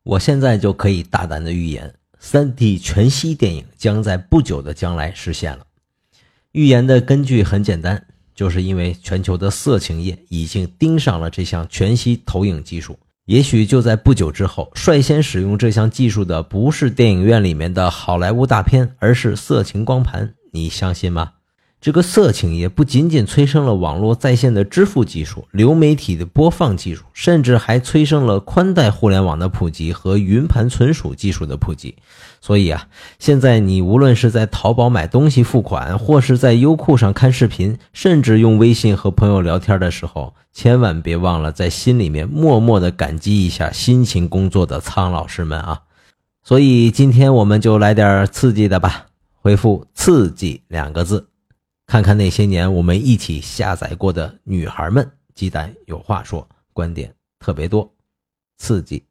我现在就可以大胆的预言，3D 全息电影将在不久的将来实现了。预言的根据很简单，就是因为全球的色情业已经盯上了这项全息投影技术。也许就在不久之后，率先使用这项技术的不是电影院里面的好莱坞大片，而是色情光盘，你相信吗？这个色情业不仅仅催生了网络在线的支付技术、流媒体的播放技术，甚至还催生了宽带互联网的普及和云盘存储技术的普及。所以现在你无论是在淘宝买东西付款，或是在优酷上看视频，甚至用微信和朋友聊天的时候，千万别忘了在心里面默默地感激一下辛勤工作的苍老师们啊！所以今天我们就来点刺激的吧，回复刺激2个字，看看那些年我们一起下载过的女孩们，鸡蛋有话说，观点特别多，刺激。